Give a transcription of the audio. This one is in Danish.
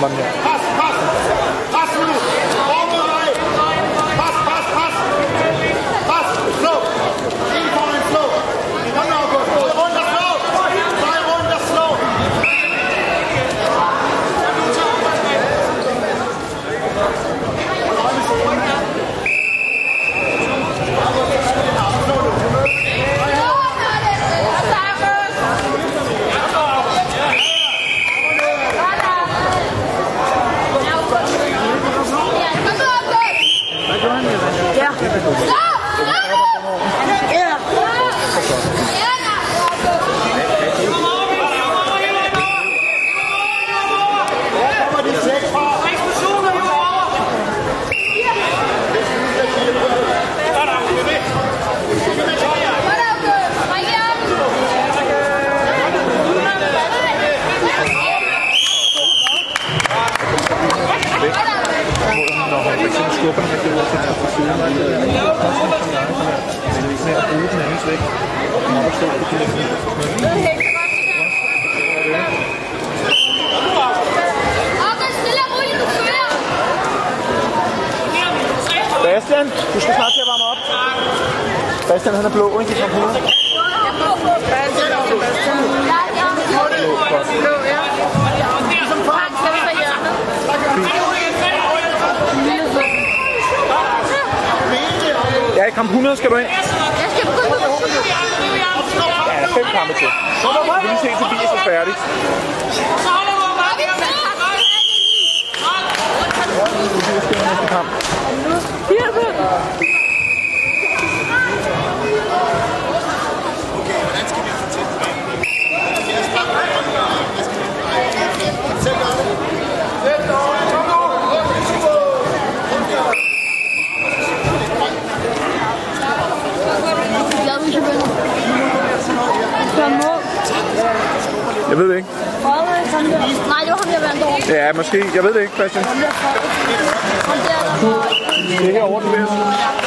var den her. Pas! Pas nu! Over dig! Pas! Pas! Slå! En foran slå! Kom nu, August! Rundt og slå! Drej rundt og slå! Bastian, du skal snart til at varme op. Bastian, han er blå, ikke? Som hun. Ja, i kamp 100 skal du ind. Jeg skal begynde på Ja, 5 kampe til. Vi vil se til Tobias er færdig. Jeg ved det ikke. Nej, det var ham, jeg vandt over. Ja, måske. Jeg ved det ikke, Christian. Ham der, Det er herovre, du ved.